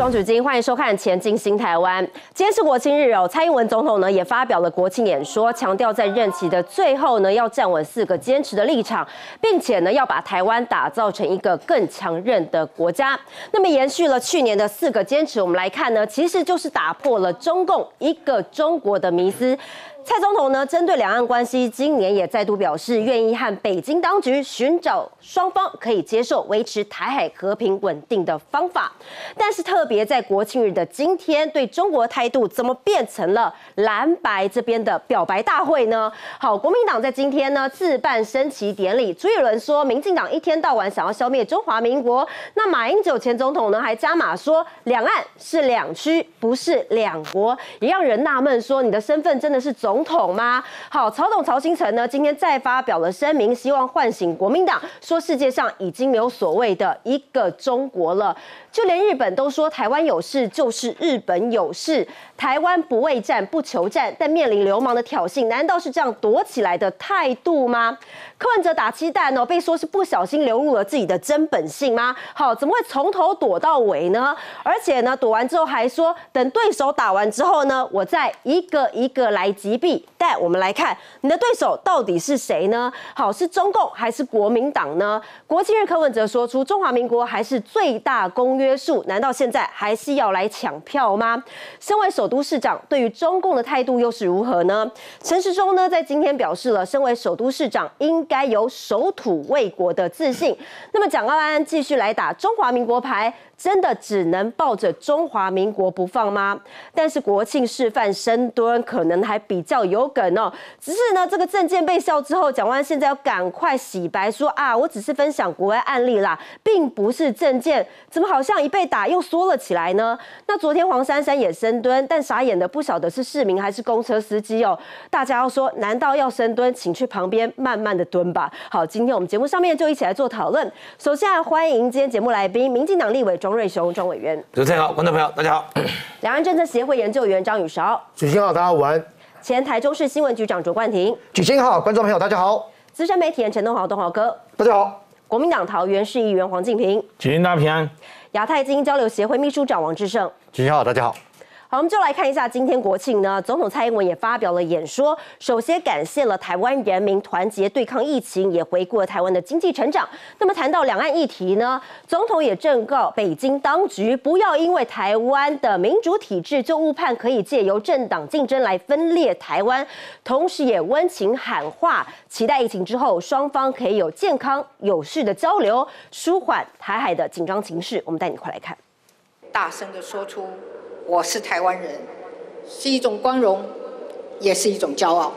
从主金，欢迎收看《前进新台湾》。今天是国庆日哦，蔡英文总统呢也发表了国庆演说，强调在任期的最后呢要站稳4个坚持的立场，并且呢要把台湾打造成一个更强韧的国家。那么延续了去年的4个坚持，我们来看呢，其实就是打破了中共一个中国的迷思。蔡总统呢，针对两岸关系，今年也再度表示愿意和北京当局寻找双方可以接受、维持台海和平稳定的方法。但是特别在国庆日的今天，对中国态度怎么变成了蓝白这边的表白大会呢？好，国民党在今天呢自办升旗典礼，朱一伦说，民进党一天到晚想要消灭中华民国。那马英九前总统呢还加码说，两岸是2区，不是2国，也让人纳闷说，你的身份真的是总统吗？好，曹董曹兴诚呢今天再发表了声明，希望唤醒国民党，说世界上已经没有所谓的一个中国了。就连日本都说台湾有事就是日本有事，台湾不畏战不求战，但面临流氓的挑衅，难道是这样躲起来的态度吗？柯文哲打鸡蛋哦，被说是不小心流露了自己的真本性吗？好，怎么会从头躲到尾呢？而且呢，躲完之后还说，等对手打完之后呢，我再一个一个来击毙。但我们来看，你的对手到底是谁呢？好，是中共还是国民党呢？国庆日柯文哲说出中华民国还是最大公约数，难道现在还是要来抢票吗？身为首都市长，对于中共的态度又是如何呢？陈时中呢，在今天表示了，身为首都市长应该有守土卫国的自信。那么蒋万安继续来打中华民国牌，真的只能抱着中华民国不放吗？但是国庆示范深蹲可能还比较有梗哦。只是呢，这个政见被笑之后，蒋万安现在要赶快洗白说啊，我只是分享国外案例啦，并不是政见，怎么好像一被打又缩了起来呢？那昨天黄珊珊也深蹲，但傻眼的不晓得是市民还是公车司机哦。大家要说，难道要深蹲，请去旁边慢慢的蹲吧。好，今天我们节目上面就一起来做讨论。首先欢迎今天节目来宾，民进党立委庄瑞雄庄委员。 主持人好，观众朋友大家好。 两岸政策协会研究员张宇韶。 主持人好，大家午安。 前台中市新闻局长卓冠廷。 主持人好，观众朋友大家好。 资深媒体人陈东豪东豪哥。 大家好。 国民党桃园市议员黄敬平。 请大家平安。 亚太精英交流协会秘书长王志胜。 主持人好，大家好。 好，我们就来看一下今天国庆呢，总统蔡英文也发表了演说，首先感谢了台湾人民团结对抗疫情，也回顾了台湾的经济成长。那么谈到两岸议题呢，总统也正告北京当局，不要因为台湾的民主体制就误判可以借由政党竞争来分裂台湾，同时也温情喊话，期待疫情之后双方可以有健康有序的交流，舒缓台海的紧张情势。我们带你快来看， 大声地说出我是台湾人，是一种光荣，也是一种骄傲。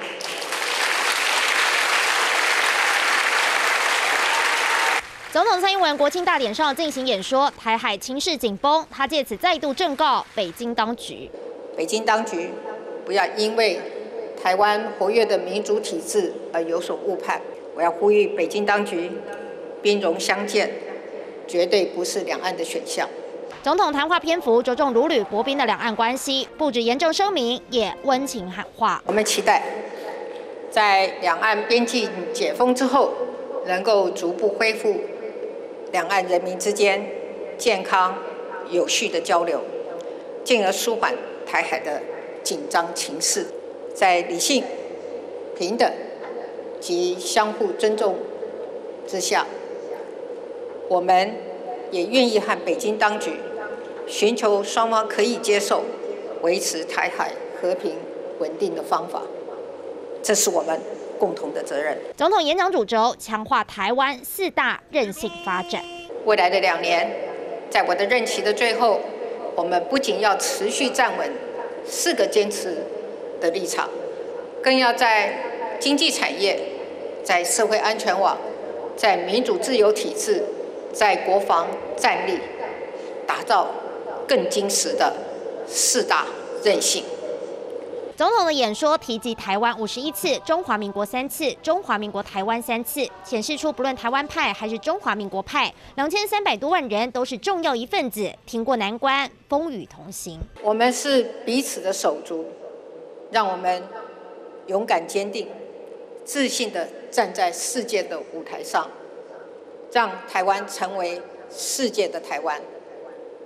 总统蔡英文国庆大典上进行演说，台海情势紧绷，他借此再度正告北京当局： 北京当局不要因为台湾活跃的民主体制而有所误判。我要呼吁北京当局，兵戎相见，绝对不是两岸的选项。 总统谈话篇幅着重如履薄冰的两岸关系，不止严正声明，也温情喊话。 我们期待在两岸边境解封之后，能够逐步恢复两岸人民之间健康有序的交流，进而舒缓台海的紧张情势。在理性、平等及相互尊重之下，我们也愿意和北京当局寻求双方可以接受、维持台海和平稳定的方法，这是我们共同的责任。 总统演讲主轴强化台湾4大韧性发展。 未来的2年，在我的任期的最后，我们不仅要持续站稳4个坚持的立场，更要在经济产业、在社会安全网、在民主自由体制、在国防战力，打造更精实的4大韧性。 总统的演说提及台湾51次，中华民国3次，中华民国台湾3次，显示出不论台湾派还是中华民国派，2300多万人都是重要一份子，挺过难关，风雨同行。 我们是彼此的手足，让我们勇敢坚定、自信地站在世界的舞台上，让台湾成为世界的台湾。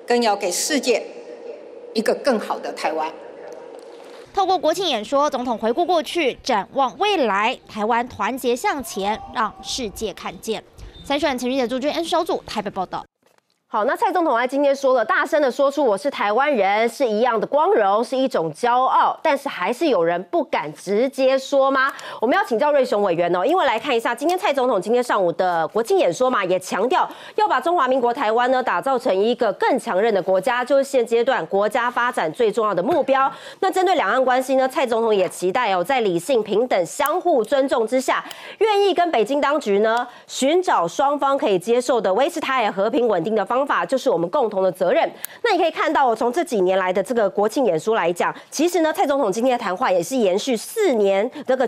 更要给世界一个更好的台湾。 透过国庆演说，总统回顾过去，展望未来，台湾团结向前，让世界看见。3选陈玉姐、朱军 N 小组台北报道。 好，那蔡总统今天说了，大声的说出我是台湾人是一样的光荣，是一种骄傲，但是还是有人不敢直接说吗？我们要请教瑞雄委员哦，因为来看一下今天蔡总统今天上午的国庆演说嘛，也强调要把中华民国台湾呢打造成一个更强韧的国家，就是现阶段国家发展最重要的目标。那针对两岸关系呢，蔡总统也期待在理性、平等、相互尊重之下，愿意跟北京当局呢寻找双方可以接受的维持台海和平稳定的方法。就是我们共同的责任。那你可以看到，从这几年来的这个国庆演说来讲，其实呢，蔡总统今天的谈话也是延续去年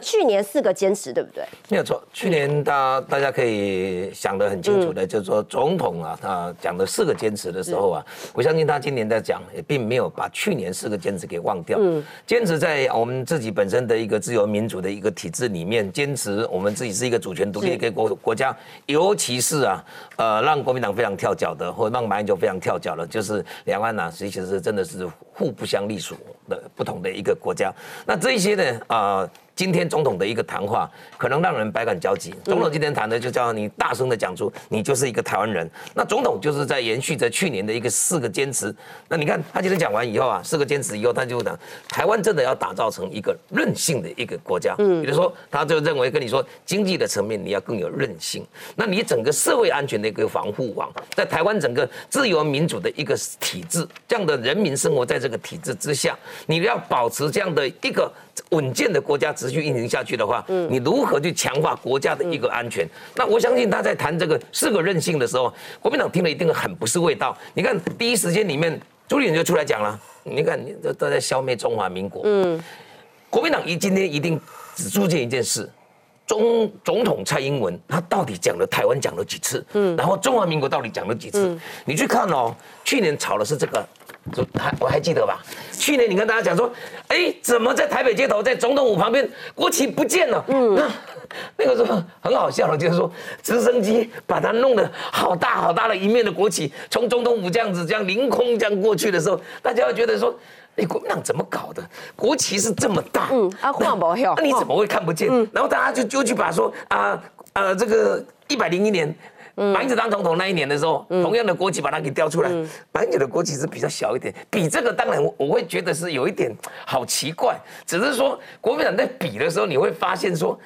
4个坚持，对不对？ 没有错，去年大家可以想得很清楚的，就是说总统他讲的4个坚持的时候我相信他今年在讲，也并没有把去年4个坚持给忘掉。坚持在我们自己本身的一个自由民主的一个体制里面，坚持我们自己是一个主权独立的一个国家，尤其是让国民党非常跳脚的，或让马英九非常跳脚的，就是两岸其实是真的是互不相隶属的不同的一个国家。那这一些呢今天总统的一个谈话，可能让人百感交集。总统今天谈的就叫你大声的讲出你就是一个台湾人。那总统就是在延续着去年的一个4个坚持。那你看他今天讲完以后4个坚持以后，他就讲台湾真的要打造成一个韧性的一个国家。比如说，他就认为跟你说，经济的层面你要更有韧性。那你整个社会安全的一个防护网，在台湾整个自由民主的一个体制，这样的人民生活在这个体制之下，你要保持这样的一个稳健的国家持续运行下去的话，你如何去强化国家的一个安全？那我相信他在谈这个4个韧性的时候，国民党听了一定很不是味道。你看第一时间里面，朱立伦就出来讲了，你看你都在消灭中华民国。国民党今天一定只注见一件事。总统蔡英文他到底讲了台湾讲了几次？然后中华民国到底讲了几次？你去看去年吵的是这个，我还记得吧？去年你跟大家讲说，怎么在台北街头，在总统府旁边国旗不见了？那个时候很好笑的，就是说直升机把它弄得好大好大的一面的国旗，从总统府这样凌空这样过去的时候，大家会觉得说。国民党怎么搞的？国旗是这么大，那你怎么会看不见？然后大家就去把说这个101年，马英九当总统那一年的时候，同样的国旗把它给调出来，马英九的国旗是比较小一点，比这个当然我会觉得是有一点好奇怪，只是说国民党在比的时候，你会发现说。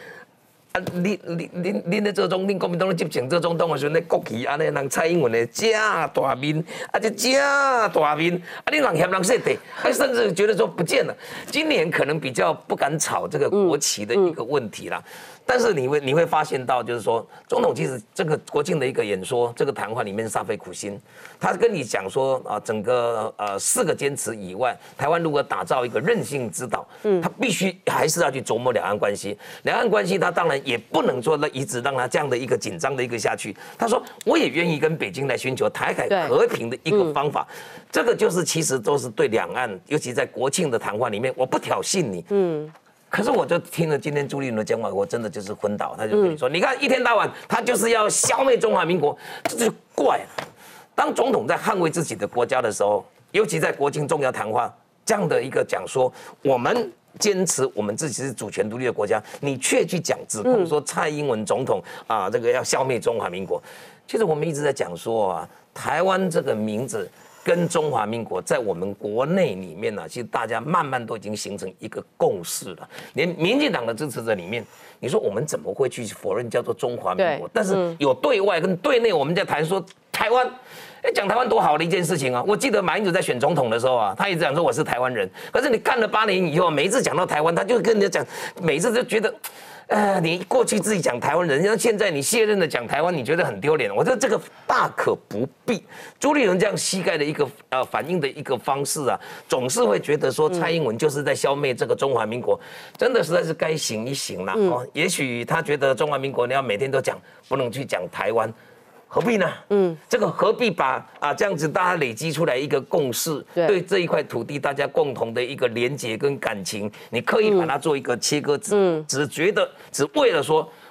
恁在做总，恁国民党咧执政做总统的时候，那国旗安尼，人蔡英文的这大面，这大面，你人嫌人说地，甚至觉得说不见了。今年可能比较不敢吵这个国旗的一个问题啦。但是你会发现到，就是说，总统其实这个国庆的一个演说，这个谈话里面煞费苦心，他跟你讲说整个4个坚持以外，台湾如果打造一个韧性之岛，他必须还是要去琢磨两岸关系。两岸关系，他当然也不能说一直让他这样的一个紧张的一个下去。他说，我也愿意跟北京来寻求台海和平的一个方法。这个就是其实都是对两岸，尤其在国庆的谈话里面，我不挑衅你。可是我就听了今天朱立伦的讲话，我真的就是昏倒。他就跟你说，你看一天到晚他就是要消灭中华民国，这就怪了。当总统在捍卫自己的国家的时候，尤其在国庆重要谈话这样的一个讲说，我们坚持我们自己是主权独立的国家，你却去讲指控说蔡英文总统这个要消灭中华民国。其实我们一直在讲说台湾这个名字。跟中华民国在我们国内里面其实大家慢慢都已经形成一个共识了。连民进党的支持者里面，你说我们怎么会去否认叫做中华民国？但是有对外跟对内，我们在谈说台湾，讲台湾多好的一件事情啊！我记得马英九在选总统的时候他一直讲说我是台湾人。可是你干了8年以后，每一次讲到台湾，他就跟人家讲，每一次就觉得。你过去自己讲台湾人，像现在你卸任的讲台湾，你觉得很丢脸。我觉得这个大可不必。朱立伦这样膝盖的一个反应的一个方式总是会觉得说蔡英文就是在消灭这个中华民国，真的实在是该醒一醒啦。也许他觉得中华民国你要每天都讲，不能去讲台湾。何必呢？这个何必把这样子大家累积出来一个共识，对这一块土地大家共同的一个连结跟感情，你刻意把它做一个切割，只为了说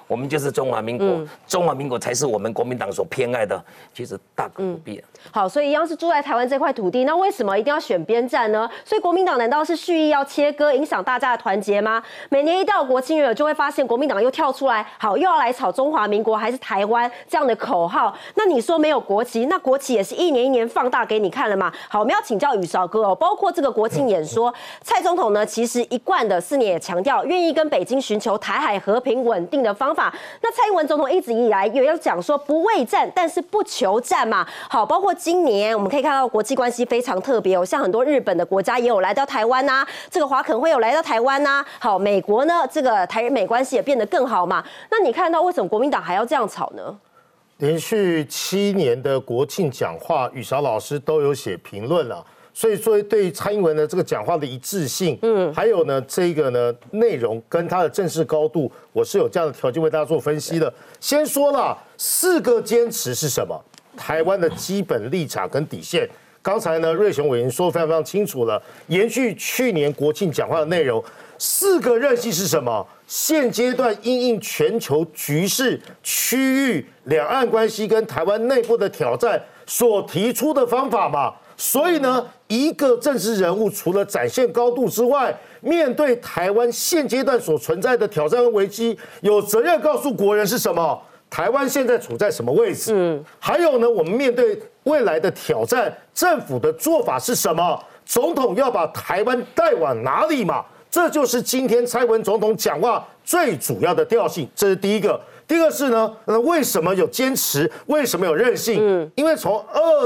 我们就是中华民国，中华民国才是我们国民党所偏爱的，其实大可不必。 好，所以一样是住在台湾这块土地，那为什么一定要选边站呢？所以国民党难道是蓄意要切割，影响大家的团结吗？每年一到国庆日，就会发现国民党又跳出来，好，又要来炒中华民国还是台湾这样的口号。那你说没有国旗，那国旗也是一年一年放大给你看了嘛？好，我们要请教宇韶哥哦，包括这个国庆演说，蔡总统呢其实一贯的4年也强调愿意跟北京寻求台海和平稳定的方法。那蔡英文总统一直以来也要讲说不畏战，但是不求战嘛。好，包括今年我们可以看到国际关系非常特别哦，像很多日本的国家也有来到台湾呐，这个华肯会有来到台湾呐。好，美国呢这个台日美关系也变得更好嘛。那你看到为什么国民党还要这样吵呢？ 连续7年的国庆讲话，宇韶老师都有写评论了。所以说，对蔡英文的这个讲话的一致性，还有呢这个呢内容跟他的正式高度，我是有这样的条件为大家做分析的。先说了4个坚持是什么？台湾的基本立场跟底线。刚才呢瑞雄委员说得非常非常清楚了，延续去年国庆讲话的内容，4个韧性是什么？现阶段因应全球局势、区域、两岸关系跟台湾内部的挑战所提出的方法嘛。所以呢，一个政治人物除了展现高度之外，面对台湾现阶段所存在的挑战和危机，有责任告诉国人是什么？台湾现在处在什么位置？还有呢，我们面对未来的挑战，政府的做法是什么？总统要把台湾带往哪里嘛？这就是今天蔡英文总统讲话最主要的调性，这是第一个。第二个是呢，为什么有坚持？为什么有韧性？因为从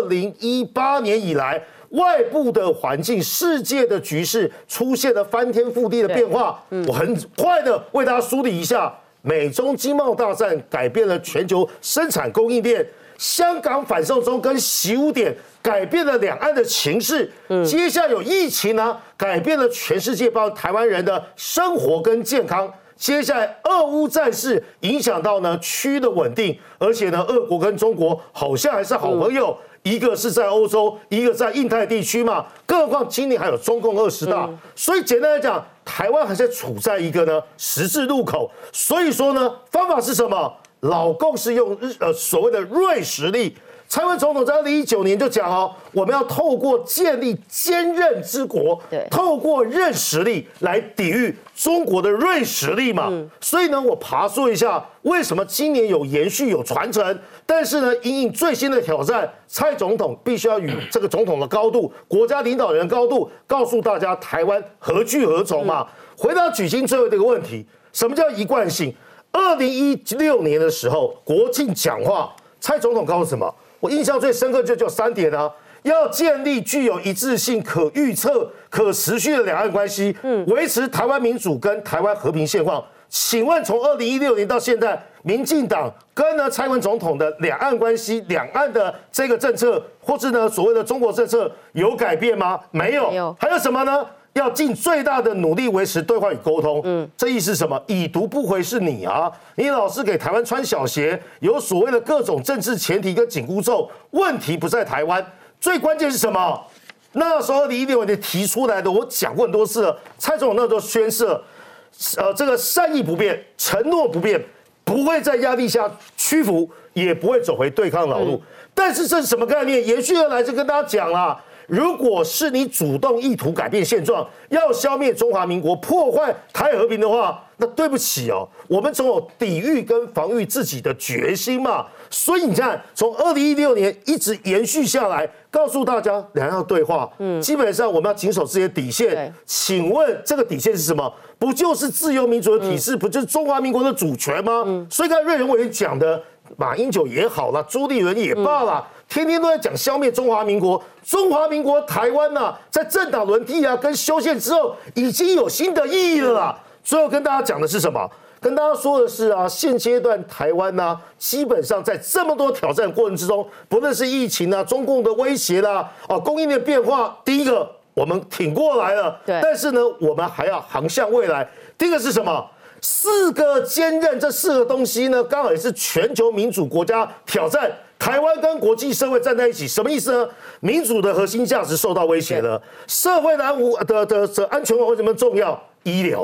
2018年以来，外部的环境、世界的局势出现了翻天覆地的变化。我很快的为大家梳理一下：美中经贸大战改变了全球生产供应链，香港反送中跟习5点改变了两岸的情势。接下来有疫情呢，改变了全世界包括台湾人的生活跟健康。接下来，俄乌战事影响到呢区的稳定，而且呢，俄国跟中国好像还是好朋友，一个是在欧洲，一个在印太地区嘛。更何况今年还有中共20大，所以简单来讲，台湾还是处在一个呢十字路口。所以说呢，方法是什么？老共是用所谓的锐实力。蔡英文总统在2019年就讲哦，我们要透过建立坚韧之国，透过韧实力来抵御中国的锐实力嘛。所以呢，我爬梳一下，为什么今年有延续有传承，但是呢，因应最新的挑战，蔡总统必须要与这个总统的高度、国家领导人的高度，告诉大家台湾何去何从嘛。回到举行最后这个问题，什么叫一贯性？2016年的时候，国庆讲话，蔡总统告诉什么？我印象最深刻就3点啊，要建立具有一致性、可预测、可持续的两岸关系，维持台湾民主跟台湾和平现况。请问从2016年到现在，民进党跟呢蔡英文总统的两岸关系、两岸的这个政策，或是呢所谓的中国政策有改变吗？没有。还有什么呢？要尽最大的努力维持对话与沟通。这意思是什么？已读不回是你啊！你老是给台湾穿小鞋，有所谓的各种政治前提跟紧箍咒。问题不在台湾，最关键是什么？那时候2016年提出来的，我讲过很多次了。蔡总统那时候宣誓了，这个善意不变，承诺不变，不会在压力下屈服，也不会走回对抗老路。但是这是什么概念？延续而来就跟大家讲啦。如果是你主动意图改变现状，要消灭中华民国、破坏台海和平的话，那对不起哦，我们总有抵御跟防御自己的决心嘛。所以你看，从2016年一直延续下来，告诉大家两岸要对话，基本上我们要谨守自己的底线。请问这个底线是什么？不就是自由民主的体制，不就是中华民国的主权吗？所以刚才瑞仁委员讲的，马英九也好了，朱立伦也罢了。天天都在讲消灭中华民国，中华民国台湾呐，在政党轮替啊跟修宪之后，已经有新的意义了啦。最后跟大家讲的是什么？跟大家说的是啊，现阶段台湾呐，基本上在这么多挑战过程之中，不论是疫情啊、中共的威胁啦、供应链变化，第一个我们挺过来了，但是呢，我们还要航向未来。第一个是什么？4个坚韧，这4个东西呢，刚好也是全球民主国家挑战。台湾跟国际社会站在一起，什么意思呢？民主的核心价值受到威胁了，社会的安全为什么重要？医疗嘛，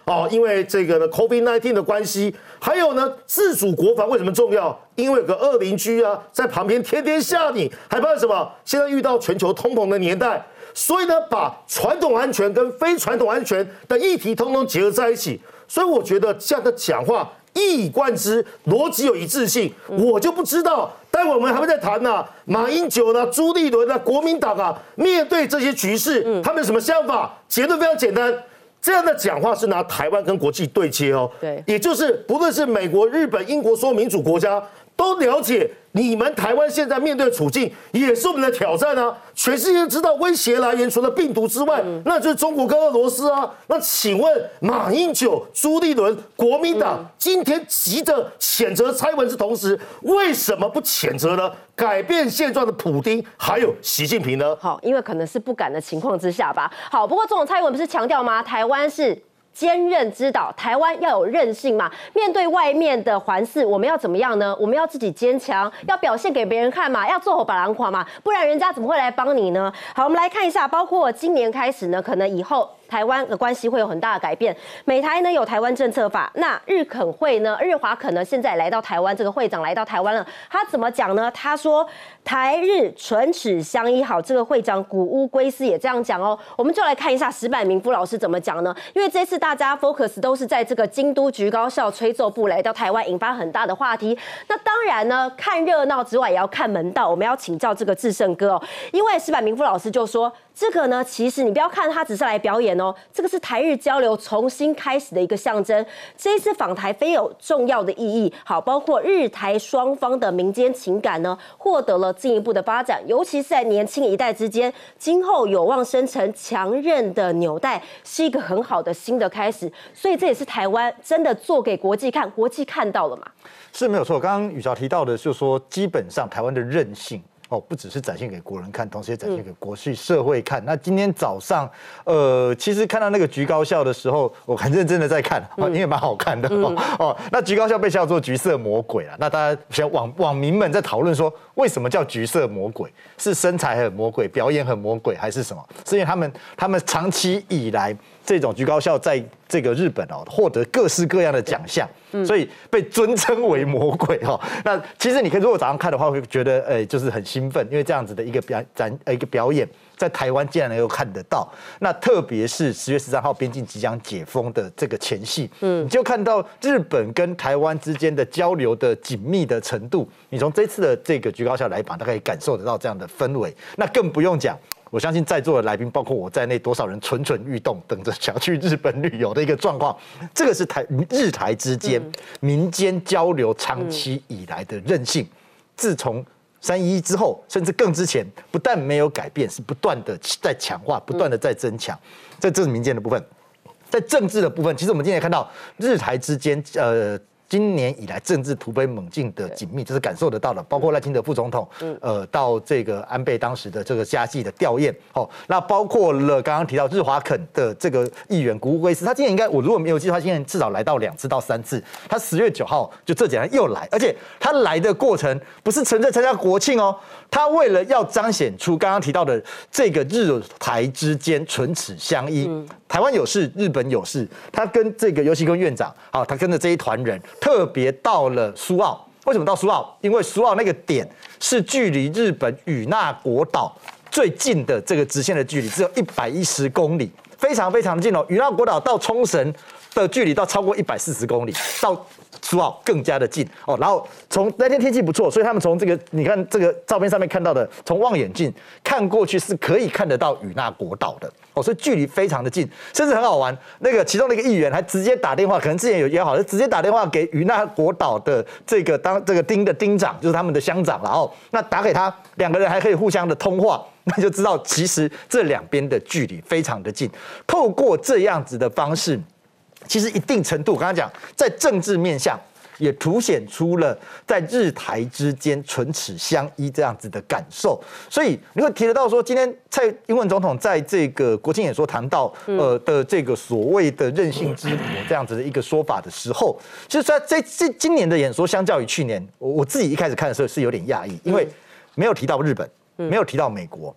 因为这个呢 COVID-19 的关系，还有呢自主国防为什么重要？因为有个恶邻居啊，在旁边天天吓你，还怕什么？现在遇到全球通膨的年代，所以呢，把传统安全跟非传统安全的议题通通结合在一起。所以我觉得这样的讲话一以贯之，逻辑有一致性。我就不知道，待会我们还会再谈呢。马英九呢、朱立伦啊、国民党啊，面对这些局势，他们有什么想法？结论非常简单。这样的讲话是拿台湾跟国际对接哦， 对， 也就是不论是美国、日本、英国所有民主国家都了解你们台湾现在面对的处境，也是我们的挑战啊！全世界知道威胁来源除了病毒之外，那就是中国跟俄罗斯啊。那请问马英九、朱立伦、国民党今天急着谴责蔡英文之同时，为什么不谴责呢？改变现状的普丁还有习近平呢？ 好，因为可能是不敢的情况之下吧。好，不过总统蔡英文不是强调吗？台湾是坚韧之岛，台湾要有韧性嘛。面对外面的环视，我们要怎么样呢？我们要自己坚强，要表现给别人看嘛，要做好把郎垮嘛，不然人家怎么会来帮你呢？好，我们来看一下，包括今年开始呢，可能以后台湾的关系会有很大的改变。美台呢有台湾政策法，那日肯会呢，日华肯呢现在来到台湾，这个会长来到台湾了，他怎么讲呢？他说台日唇齿相依。好，这个会长古屋圭司也这样讲哦。我们就来看一下石坂民夫老师怎么讲呢？因为这次大家 focus 都是在这个京都局高校吹奏部来到台湾，引发很大的话题。那当然呢，看热闹之外也要看门道。我们要请教这个智胜哥哦，因为石坂民夫老师就说，这个呢，其实你不要看他只是来表演哦，这个是台日交流重新开始的一个象征。这一次访台非有重要的意义，好，包括日台双方的民间情感呢，获得了进一步的发展，尤其是在年轻一代之间，今后有望生成强韧的纽带，是一个很好的新的开始。所以这也是台湾真的做给国际看，国际看到了嘛？是没有错。刚刚宇韶提到的，就是说基本上台湾的韧性。不只是展现给国人看，同时也展现给国际社会看。那今天早上，其实看到那个橘高校的时候，我很认真的在看，因为蛮好看的那橘高校被叫做橘色魔鬼啊。那大家网民们在讨论说，为什么叫橘色魔鬼？是身材很魔鬼，表演很魔鬼，还是什么？是因为他们长期以来这种橘高校在这个日本获得各式各样的奖项，所以被尊称为魔鬼那其实你可以如果早上看的话，会觉得就是很兴奋，因为这样子的一个表演，在台湾竟然能够看得到。那特别是10月13号边境即将解封的这个前夕，你就看到日本跟台湾之间的交流的紧密的程度。你从这次的这个橘高校来访，大概可以感受得到这样的氛围。那更不用讲。我相信在座的来宾，包括我在内，多少人蠢蠢欲动，等着想去日本旅游的一个状况。这个是日台之间民间交流长期以来的韧性。自从311之后，甚至更之前，不但没有改变，是不断的在强化，不断的在增强。这是民间的部分。在政治的部分，其实我们今天也看到日台之间，今年以来政治突飞猛进的紧密，这是感受得到的。包括赖清德副总统，到这个安倍当时的这个家祭的吊唁，那包括了刚刚提到日华肯的这个议员古屋圭司，他今年应该我如果没有记错，他今年至少来到2次到3次。他10月9号就这几天又来，而且他来的过程不是纯粹参加国庆哦，他为了要彰显出刚刚提到的这个日台之间唇齿相依。台湾有事，日本有事，他跟这个游锡堃院长，他跟着这一团人，特别到了苏澳。为什么到苏澳？因为苏澳那个点是距离日本与那国岛最近的这个直线的距离，只有110公里，非常非常近哦。与那国岛到冲绳的距离到超过140公里，到苏澳更加的近哦。然后从那天天气不错，所以他们从这个你看这个照片上面看到的，从望远镜看过去是可以看得到与那国岛的哦，所以距离非常的近，甚至很好玩。那个其中的一个议员还直接打电话，可能之前有约好，直接打电话给与那国岛的这个町长，就是他们的乡长了哦。那打给他，两个人还可以互相的通话。那就知道，其实这两边的距离非常的近。透过这样子的方式，其实一定程度，我刚刚讲，在政治面向也凸显出了在日台之间唇齿相依这样子的感受。所以你会提得到说，今天蔡英文总统在这个国庆演说谈到的这个所谓的韧性之国这样子的一个说法的时候，其实在今年的演说，相较于去年，我自己一开始看的时候是有点讶异，因为没有提到日本。没有提到美国，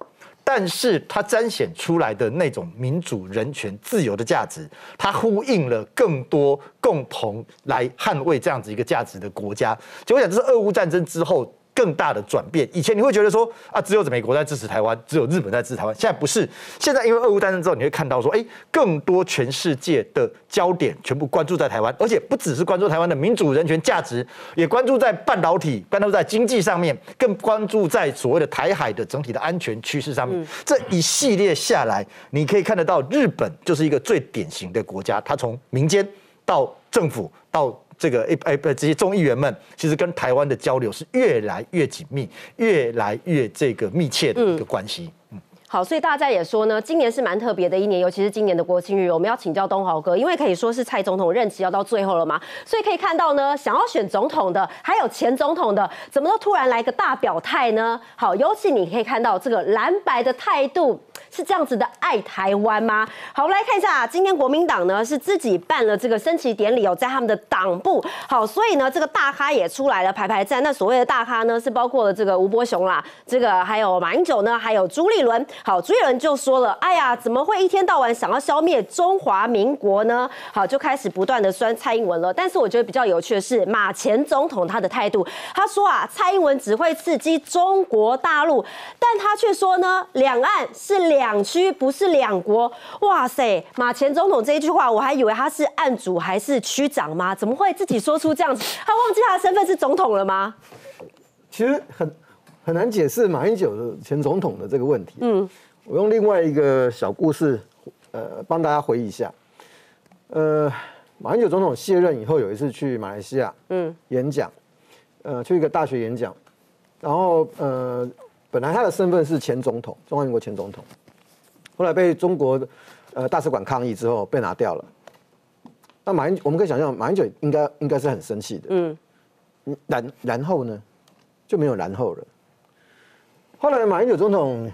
但是它彰显出来的那种民主、人权、自由的价值，它呼应了更多共同来捍卫这样子一个价值的国家。就我想，这是俄乌战争之后更大的转变。以前你会觉得说啊，只有美国在支持台湾，只有日本在支持台湾，现在不是。现在因为俄乌战争之后，你会看到说，更多全世界的焦点全部关注在台湾，而且不只是关注台湾的民主、人权价值，也关注在半导体、关注在经济上面，更关注在所谓的台海的整体的安全趋势上面。这一系列下来，你可以看得到，日本就是一个最典型的国家，它从民间到政府到这些众议员们，其实跟台湾的交流是越来越紧密、越来越密切的一个关系。 好，所以大家也说呢，今年是蛮特别的一年，尤其是今年的国庆日，我们要请教东豪哥，因为可以说是蔡总统任期要到最后了嘛，所以可以看到呢，想要选总统的，还有前总统的，怎么都突然来个大表态呢？好，尤其你可以看到这个蓝白的态度是这样子的爱台湾吗？好，我们来看一下，今天国民党呢是自己办了这个升旗典礼哦，在他们的党部。好，所以呢这个大咖也出来了排站。那所谓的大咖呢是包括了这个吴伯雄啦，这个还有马英九呢，还有朱立伦。好，朱立伦就说了，哎呀，怎么会一天到晚想要消灭中华民国呢？好，就开始不断的酸蔡英文了。但是我觉得比较有趣的是马前总统他的态度，他说啊，蔡英文只会刺激中国大陆，但他却说呢，两岸是两区，不是两国。哇塞，马前总统这一句话，我还以为他是案主还是区长吗？怎么会自己说出这样子？他忘记他的身份是总统了吗？ 其实很难解释马英九前总统的这个问题。我用另外一个小故事，帮大家回忆一下。马英九总统卸任以后，有一次去马来西亚，演讲，去一个大学演讲，然后本来他的身份是前总统，中华民国前总统，后来被中国大使馆抗议之后被拿掉了。那我们可以想象，马英九应该是很生气的。然后呢，就没有然后了。后来马英九总统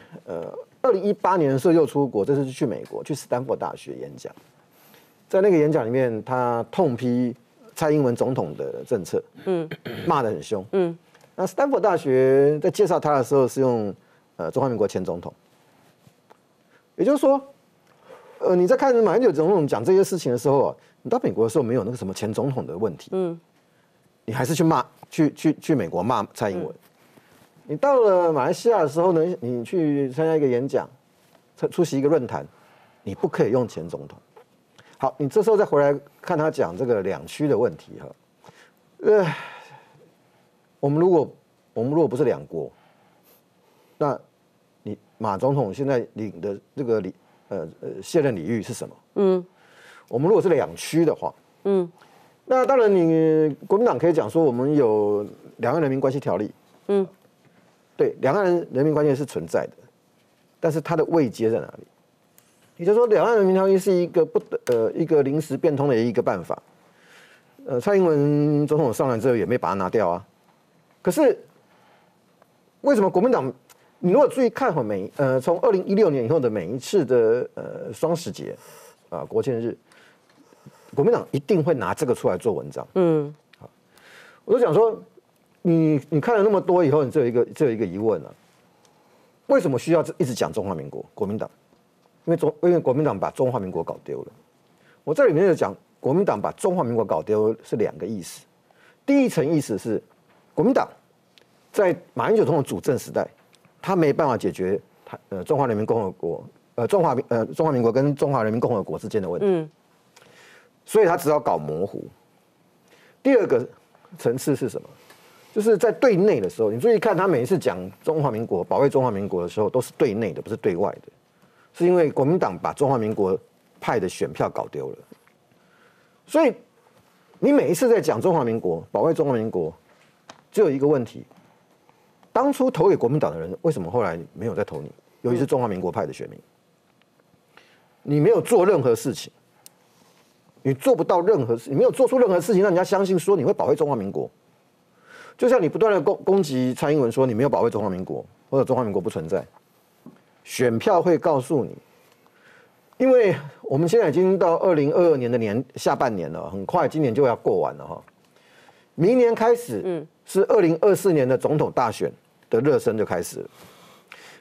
2018年的时候又出国，这次去美国，去斯坦福大学演讲。在那个演讲里面，他痛批蔡英文总统的政策，骂得很凶。那斯坦福大学在介绍他的时候是用中华民国前总统，也就是说，你在看马英九总统讲这些事情的时候啊，你到美国的时候没有那个什么前总统的问题，你还是去美国骂蔡英文。你到了马来西亚的时候呢，你去参加一个演讲，出席一个论坛，你不可以用前总统。好，你这时候再回来看他讲这个两区的问题哈，我们如果不是两国，那你马总统现在领的这个卸任礼遇是什么？我们如果是两区的话，那当然你国民党可以讲说我们有《两岸人民关系条例》，对，两岸人民关系是存在的，但是它的位阶在哪里？也就是说，两岸人民条例是一个临时变通的一个办法。蔡英文总统上来之后也没把它拿掉啊。可是为什么国民党？你如果注意看从2016年以后的每一次的双十节国庆日，国民党一定会拿这个出来做文章。我就讲说。你看了那么多以后，你只有一个疑问啊，为什么需要一直讲中华民国？国民党，因为国民党把中华民国搞丢了。我这里面就讲国民党把中华民国搞丢是两个意思。第一层意思是，国民党在马英九总统主政时代，他没办法解决中华人民共和国中华民国跟中华人民共和国之间的问题，所以他只好搞模糊。第二个层次是什么？就是在对内的时候，你注意看他每一次讲中华民国、保卫中华民国的时候，都是对内的，不是对外的，是因为国民党把中华民国派的选票搞丢了。所以你每一次在讲中华民国、保卫中华民国，只有一个问题：当初投给国民党的人，为什么后来没有再投你？尤其是中华民国派的选民，你没有做任何事情，你做不到任何事，你没有做出任何事情让人家相信说你会保卫中华民国。就像你不断的攻击蔡英文说你没有保卫中华民国，或者中华民国不存在，选票会告诉你，因为我们现在已经到2022年的下半年了，很快今年就要过完了哈。明年开始是2024年的总统大选的热身就开始了。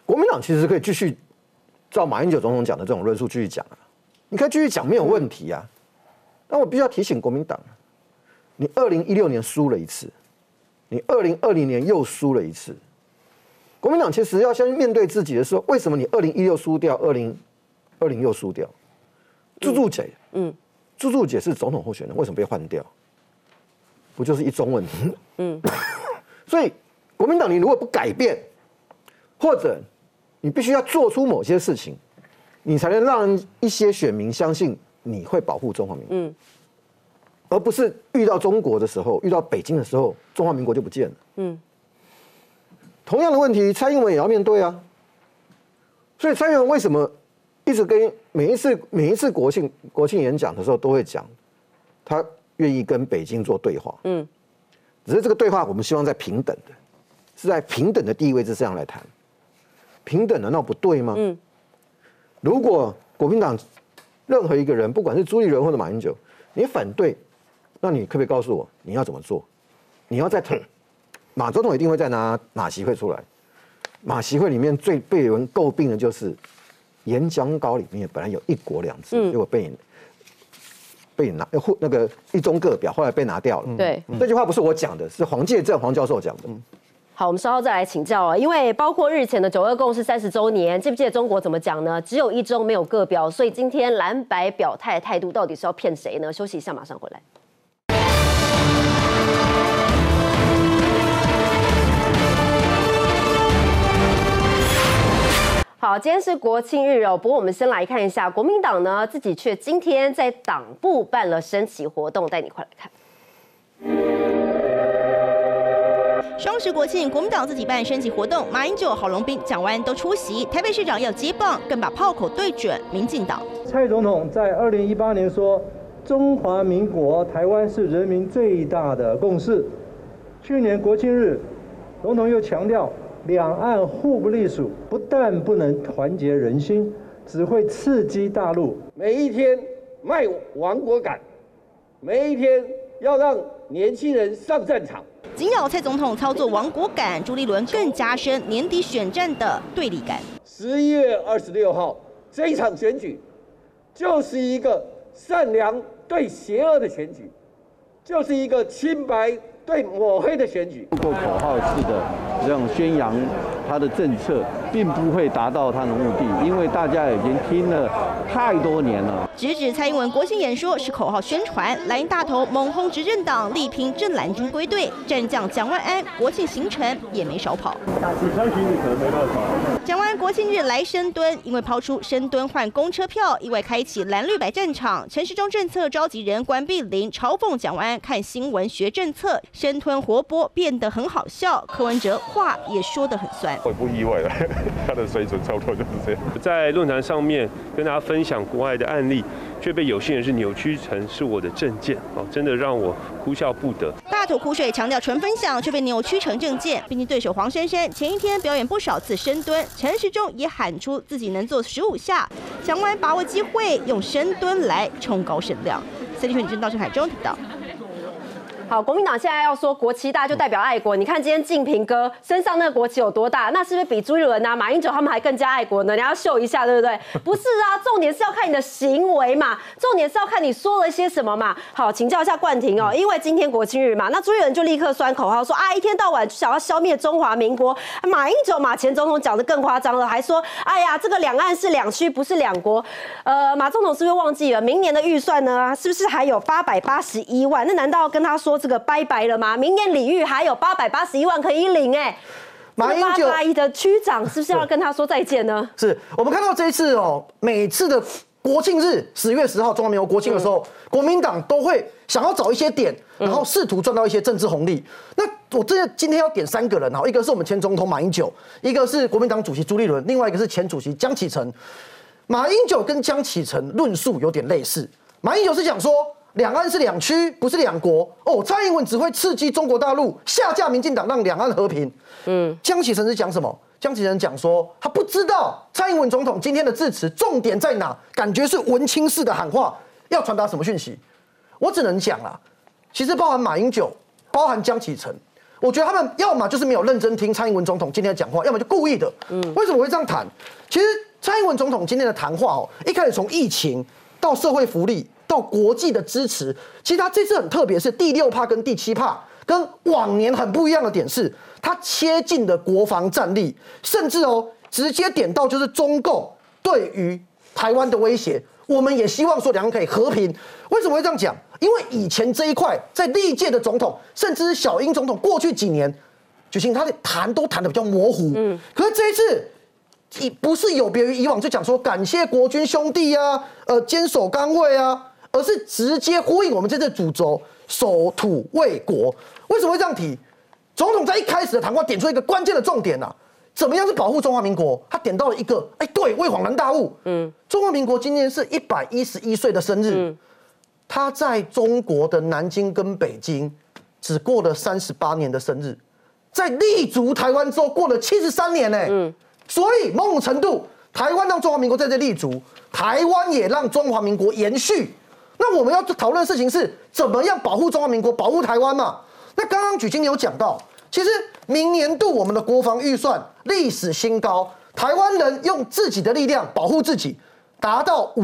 国民党其实可以继续照马英九总统讲的这种论述继续讲啊，你可以继续讲没有问题啊。但我必须要提醒国民党，你2016年输了一次，你2020年又输了一次。国民党其实要先面对自己的时候，为什么你2016输掉，2020又输掉？朱柱姐，朱柱姐是总统候选人，为什么被换掉？不就是一中问题？所以国民党你如果不改变，或者你必须要做出某些事情，你才能让一些选民相信你会保护中华民国，而不是遇到中国的时候，遇到北京的时候，中华民国就不见了。同样的问题，蔡英文也要面对啊。所以蔡英文为什么一直跟每一次国庆演讲的时候都会讲，他愿意跟北京做对话。只是这个对话我们希望在平等的，是在平等的地位之上来谈。平等难道不对吗？如果国民党任何一个人，不管是朱立伦或者马英九，你反对，那你可不可以告诉我你要怎么做？你要再谈，马总统一定会再拿马习会出来。马习会里面最被人诟病的就是演讲稿里面本来有1国2制，结果被你拿那个一中各表，后来被拿掉了。 对， 这句话不是我讲的，是黄介正黄教授讲的。 好，我们稍后再来请教啊，因为包括日前的9·2共识30周年，记不记得中国怎么讲呢？只有一中没有各表，所以今天蓝白表态的态度到底是要骗谁呢？休息一下，马上回来。好，今天是国庆日哦，不过我们先来看一下，国民党呢自己却今天在党部办了升旗活动，带你快来看。 双十国庆，国民党自己办升旗活动，马英九、郝龙斌、蒋万安都出席，台北市长要接棒，更把炮口对准民进党。 蔡总统在2018年说，中华民国台湾是人民最大的共识。去年国庆日，总统又强调，两岸互不隶属，不但不能团结人心，只会刺激大陆。 每一天卖亡国感，每一天要让年轻人上战场。 紧咬蔡总统操作亡国感，朱立伦更加深年底选战的对立感。 11月26号这一场选举，就是一个善良对邪恶的选举，就是一个清白对抹黑的选举。 通过口号式的这样宣扬他的政策，并不会达到他的目的，因为大家已经听了太多年了。 直指蔡英文国庆演说是口号宣传，蓝营大头猛轰执政党，力拼正蓝军归队。战将蒋万安国庆行程也没少跑。蒋万安国庆日来深蹲，因为抛出深蹲换公车票，意外开启蓝绿白战场。陈时中政策召集人关碧玲嘲讽蒋万安看新闻学政策，深蹲活泼变得很好笑。柯文哲话也说得很酸。 我也不意外了，他的水准差不多就是这样。在论坛上面跟大家分享国外的案例，却被有些人是扭曲成是我的政见，真的让我哭笑不得。 大吐苦水，强调纯分享，却被扭曲成政见。毕竟对手黄珊珊前一天表演不少次深蹲，陈时中也喊出自己能做15下。蒋万安把握机会，用深蹲来冲高声量。3立新闻到郑海中提到。 好，国民党现在要说国旗大就代表爱国，你看今天敬平哥身上那个国旗有多大？那是不是比朱立伦啊、马英九他们还更加爱国呢？你要秀一下，对不对？不是啊，重点是要看你的行为嘛，重点是要看你说了些什么嘛。好，请教一下冠廷哦，因为今天国庆日嘛，那朱立伦就立刻酸口号说啊，一天到晚就想要消灭中华民国。马英九马前总统讲得更夸张了，还说哎呀，这个两岸是两区，不是两国。马总统是不是忘记了明年的预算呢？是不是还有881万？那难道跟他说这个拜拜了吗？明年礼遇还有881万可以领哎。马英九881的区长是不是要跟他说再见呢？ 是我们看到这一次哦，每次的国庆日10月10号中华民国国庆的时候，国民党都会想要找一些点，然后试图赚到一些政治红利。那我今天要点3个人哈，一个是我们前总统马英九，一个是国民党主席朱立伦，另外一个是前主席江启臣。马英九跟江启臣论述有点类似，马英九是讲说，两岸是两区，不是两国。哦，蔡英文只会刺激中国大陆，下架民进党，让两岸和平。江启臣是讲什么？江启臣讲说，他不知道蔡英文总统今天的致辞重点在哪，感觉是文青式的喊话，要传达什么讯息？我只能讲啦，其实包含马英九，包含江启臣， 我觉得他们要么就是没有认真听蔡英文总统今天的讲话，要么就故意的。为什么会这样谈？其实蔡英文总统今天的谈话哦，一开始从疫情到社会福利到国际的支持，其实他这次很特别，是第6%跟第7%，跟往年很不一样的点是，他切近的国防战力，甚至哦直接点到就是中共对于台湾的威胁。我们也希望说两岸可以和平。为什么会这样讲？因为以前这一块，在历届的总统，甚至是小英总统，过去几年，举行他的都谈的比较模糊。可是这一次，不是有别于以往就讲说感谢国军兄弟啊，坚守岗位啊，而是直接呼应我们这次主轴，守土卫国。为什么会这样提？总统在一开始的谈话点出一个关键的重点啊。怎么样是保护中华民国？他点到了一个，对，未恍然大悟。中华民国今年是111岁的生日，他在中国的南京跟北京只过了38年的生日，在立足台湾之后过了73年呢。所以某种程度，台湾让中华民国在这立足，台湾也让中华民国延续。那我们要讨论的事情是怎么样保护中华民国，保护台湾嘛？那刚刚举经理有讲到。其实明年度我们的国防预算历史新高，台湾人用自己的力量保护自己，达到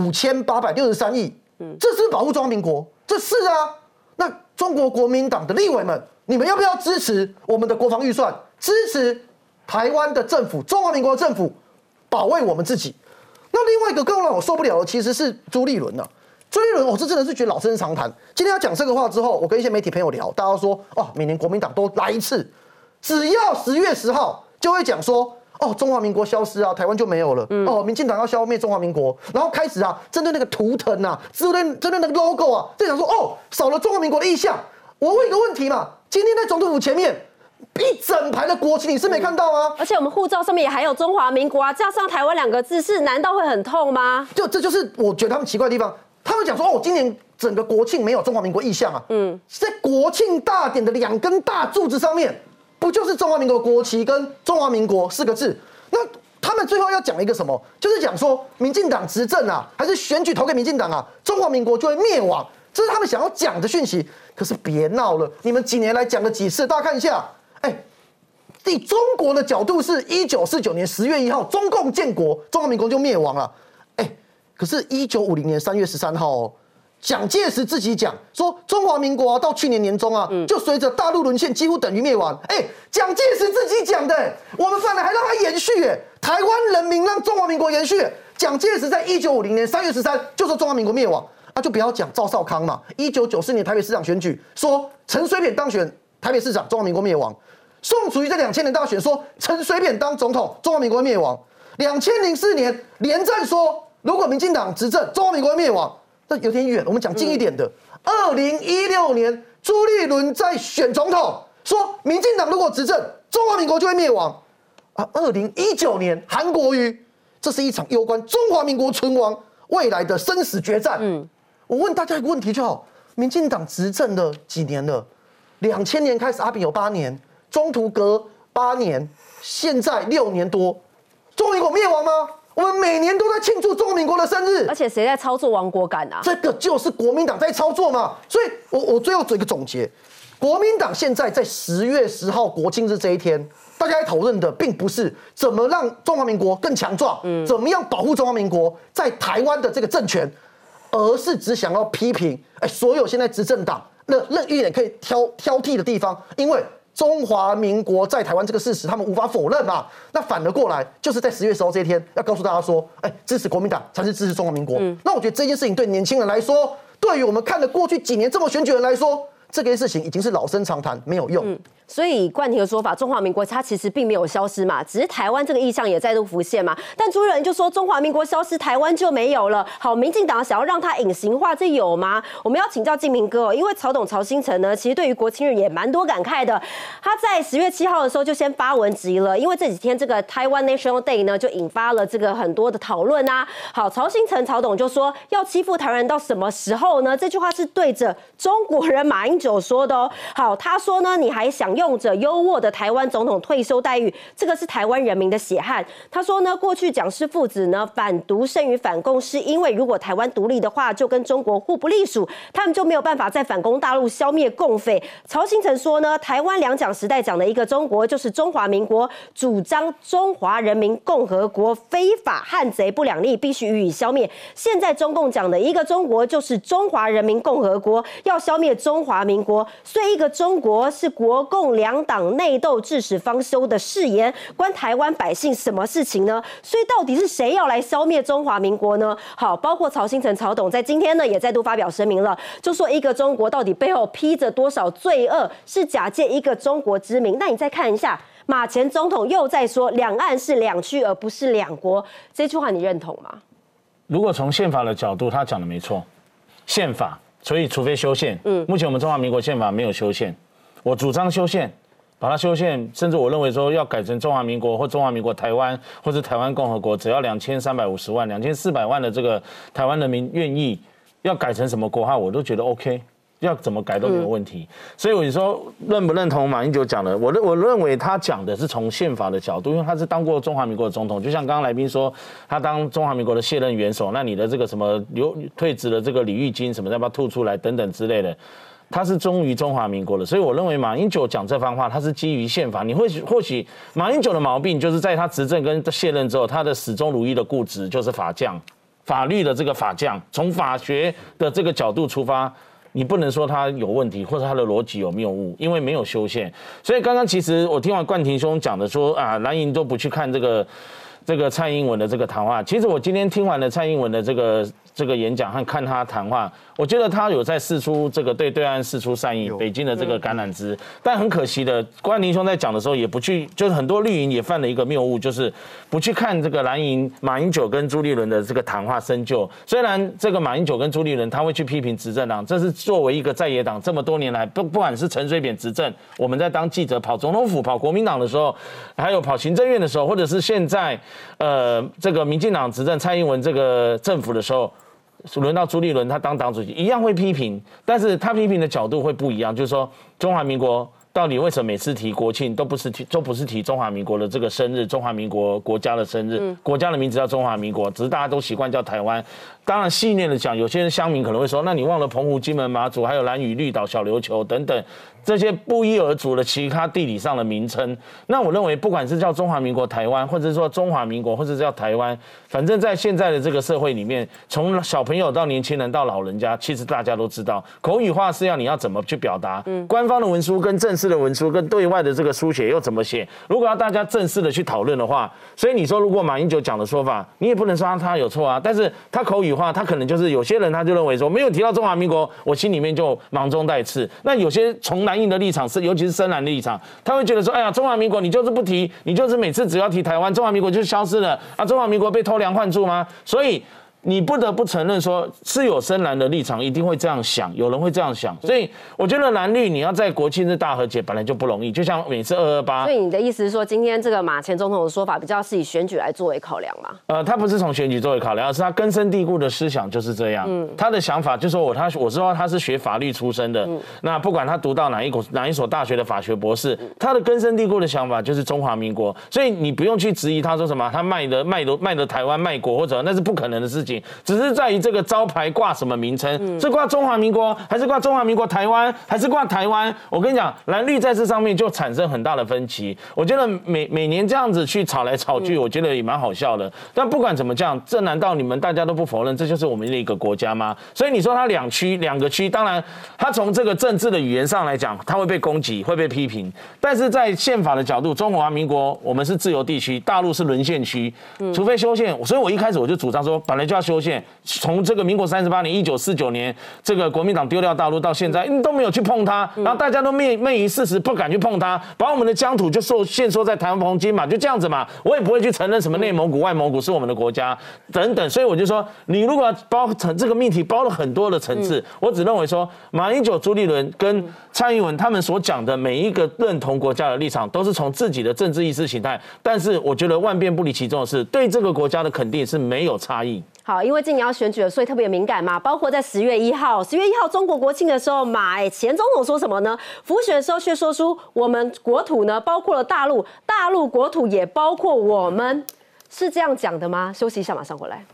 5863亿。这是保护中华民国？这是啊。那中国国民党的立委们，你们要不要支持我们的国防预算？支持台湾的政府，中华民国的政府保卫我们自己。那另外一个更让我受不了的，其实是朱立伦啊。朱立伦，我这真的是觉得老生常谈。今天他讲这个话之后，我跟一些媒体朋友聊，大家都说每年国民党都来一次。只要10月10号就会讲说，中华民国消失啊，台湾就没有了。民进党要消灭中华民国，然后开始啊，针对那个图腾啊，针对那个 logo 啊，在讲说，少了中华民国的意象。我问一个问题嘛，今天在总统府前面一整排的国旗，你是没看到吗？ 而且我们护照上面也还有中华民国啊，加上台湾2个字，难道会很痛吗？ 这就是我觉得他们奇怪的地方。他们讲说，今年整个国庆没有中华民国意象啊。在国庆大典的2根大柱子上面。不就是中华民国国旗跟中华民国4个字？那他们最后要讲一个什么？就是讲说民进党执政啊，还是选举投给民进党啊，中华民国就会灭亡，这是他们想要讲的讯息。可是别闹了，你们几年来讲了几次？大家看一下，以中国的角度是1949年10月1号中共建国，中华民国就灭亡了。可是1950年3月13号哦。蒋介石自己讲说，中华民国到去年年中啊，就随着大陆沦陷，几乎等于灭亡。蒋介石自己讲的，我们反而还让它延续。台湾人民让中华民国延续。蒋介石在1950年3月13就说中华民国灭亡，就不要讲赵少康嘛。1994年台北市长选举说陈水扁当选台北市长，中华民国灭亡。宋楚瑜在2000年大选说陈水扁当总统，中华民国灭亡。2004年连战说，如果民进党执政，中华民国灭亡。这有点远，我们讲近一点的。2016年，朱立伦在选总统，说民进党如果执政，中华民国就会灭亡。2019年，韩国瑜，这是一场攸关中华民国存亡未来的生死决战。我问大家一个问题就好：民进党执政了几年了？2000年开始，阿扁有8年，中途隔8年，现在6年多，中华民国灭亡吗？我们每年都在庆祝中华民国的生日， 而且谁在操作亡国感啊？ 这个就是国民党在操作嘛。所以我最后做一个总结，国民党现在在10月10号国庆日这一天，大家在讨论的并不是怎么让中华民国更强壮，怎么样保护中华民国在台湾的这个政权，而是只想要批评所有现在执政党任一点可以挑剔的地方，因为中华民国在台湾这个事实，他们无法否认嘛。那反而过来，就是在10月10号这一天，要告诉大家说，支持国民党才是支持中华民国。那我觉得这件事情对年轻人来说，对于我们看了过去几年这么选举人来说，这件事情已经是老生常谈，没有用。 所以以冠廷的说法，中华民国它其实并没有消失嘛，只是台湾这个意象也再度浮现嘛。但朱立伦就说中华民国消失，台湾就没有了。好，民进党想要让它隐形化，这有吗？我们要请教敬明哥因为曹董曹兴诚呢，其实对于国庆日也蛮多感慨的。他在10月7号的时候就先发文质疑了，因为这几天这个台湾 National Day 呢，就引发了这个很多的讨论啊。好，曹兴诚曹董就说要欺负台湾人到什么时候呢？这句话是对着中国人马英九说的哦。好，他说呢，你还想用着优渥的台湾总统退休待遇，这个是台湾人民的血汗。他说呢，过去蒋氏父子呢反独胜于反共，是因为如果台湾独立的话，就跟中国互不隶属，他们就没有办法在反攻大陆消灭共匪。曹兴诚说呢，台湾两蒋时代讲的一个中国就是中华民国，主张中华人民共和国，非法汉贼不两立，必须予以消灭。现在中共讲的一个中国就是中华人民共和国，要消灭中华民国，所以一个中国是国共两党内斗致使方休的誓言，关台湾百姓什么事情呢？所以到底是谁要来消灭中华民国呢？好，包括曹兴诚曹董在今天呢也再度发表声明了，就说一个中国到底背后披着多少罪恶，是假借一个中国之名。那你再看一下，马前总统又在说两岸是两区而不是两国，这句话你认同吗？ 如果从宪法的角度，他讲的没错，宪法，所以除非修宪，目前我们中华民国宪法没有修宪，我主张修宪，把它修宪，甚至我认为说要改成中华民国或中华民国台湾，或是台湾共和国，只要2350万、2400万的这个台湾人民愿意，要改成什么国号，我都觉得 OK。要怎么改都没有问题，所以我说认不认同马英九讲的？我认为他讲的是从宪法的角度，因为他是当过中华民国的总统，就像刚刚来宾说，他当中华民国的卸任元首，那你的这个什么退职的这个礼遇金什么要不要吐出来等等之类的，他是忠于中华民国的，所以我认为马英九讲这番话，他是基于宪法。你或许马英九的毛病就是在他执政跟卸任之后，他的始终如一的固执就是法匠，法律的这个法匠，从法学的这个角度出发。你不能说他有问题，或者他的逻辑有谬误，因为没有修宪。所以刚刚其实我听完冠廷兄讲的说啊，蓝营都不去看这个蔡英文的这个谈话。其实我今天听完了蔡英文的这个演讲和看他谈话，我觉得他有在释出这个对对岸释出善意，北京的这个橄榄枝。但很可惜的，冠廷兄在讲的时候也不去，就是很多绿营也犯了一个谬误，就是不去看这个蓝营马英九跟朱立伦的这个谈话深究。虽然这个马英九跟朱立伦他会去批评执政党，这是作为一个在野党这么多年来，不管是陈水扁执政，我们在当记者跑总统府、跑国民党的时候，还有跑行政院的时候，或者是现在这个民进党执政蔡英文这个政府的时候。轮到朱立伦，他当党主席一样会批评，但是他批评的角度会不一样，就是说中华民国到底为什么每次提国庆都不是提中华民国的这个生日，中华民国国家的生日，国家的名字叫中华民国，只是大家都习惯叫台湾。当然细念的讲，有些人乡民可能会说，那你忘了澎湖、金门、马祖，还有兰屿、绿岛、小琉球等等这些不一而足的其他地理上的名称。那我认为，不管是叫中华民国台湾，或者是说中华民国，或者是叫台湾，反正在现在的这个社会里面，从小朋友到年轻人到老人家，其实大家都知道，口语化是要你要怎么去表达，官方的文书跟正式的文书跟对外的这个书写又怎么写。如果要大家正式的去讨论的话，所以你说如果马英九讲的说法，你也不能说他有错啊，但是他口语化，他可能就是有些人他就认为说没有提到中华民国，我心里面就芒中带刺。那有些从蓝营的立场是，尤其是深蓝的立场，他会觉得说，哎呀，中华民国你就是不提，你就是每次只要提台湾，中华民国就消失了啊，中华民国被偷梁换柱吗？所以。你不得不承认说，是有深蓝的立场，一定会这样想，有人会这样想，所以我觉得蓝绿你要在国庆日大和解本来就不容易，就像每次228。所以你的意思是说，今天这个马前总统的说法比较是以选举来作为考量吗？他不是从选举作为考量，而是他根深蒂固的思想就是这样。他的想法就是说我知道他是学法律出身的，那不管他读到哪一所大学的法学博士，他的根深蒂固的想法就是中华民国，所以你不用去质疑他说什么，他卖的台湾卖国或者那是不可能的事情。只是在于这个招牌挂什么名称，是挂中华民国，还是挂中华民国台湾，还是挂台湾？我跟你讲，蓝绿在这上面就产生很大的分歧。我觉得每年这样子去吵来吵去，我觉得也蛮好笑的。但不管怎么讲，这难道你们大家都不否认，这就是我们的一个国家吗？所以你说它两个区，当然它从这个政治的语言上来讲，它会被攻击，会被批评。但是在宪法的角度，中华民国我们是自由地区，大陆是沦陷区，除非修宪。所以我一开始我就主张说，本来就要修宪。从这个民国38年1949年，这个国民党丢掉大陆到现在，都没有去碰它，然后大家都昧于事实，不敢去碰它，把我们的疆土就限缩在台湾澎金嘛，就这样子嘛，我也不会去承认什么内蒙古、外蒙古是我们的国家等等，所以我就说，你如果要包成这个命题包了很多的层次，我只认为说，马英九、朱立伦跟蔡英文他们所讲的每一个认同国家的立场，都是从自己的政治意识形态，但是我觉得万变不离其宗的是，对这个国家的肯定是没有差异。 好，因为今年要选举了，所以特别敏感嘛。包括在10月1号中国国庆的时候，前总统说什么呢？辅选的时候却说出我们国土呢，包括了大陆，大陆国土也包括我们，是这样讲的吗？休息一下，马上回来。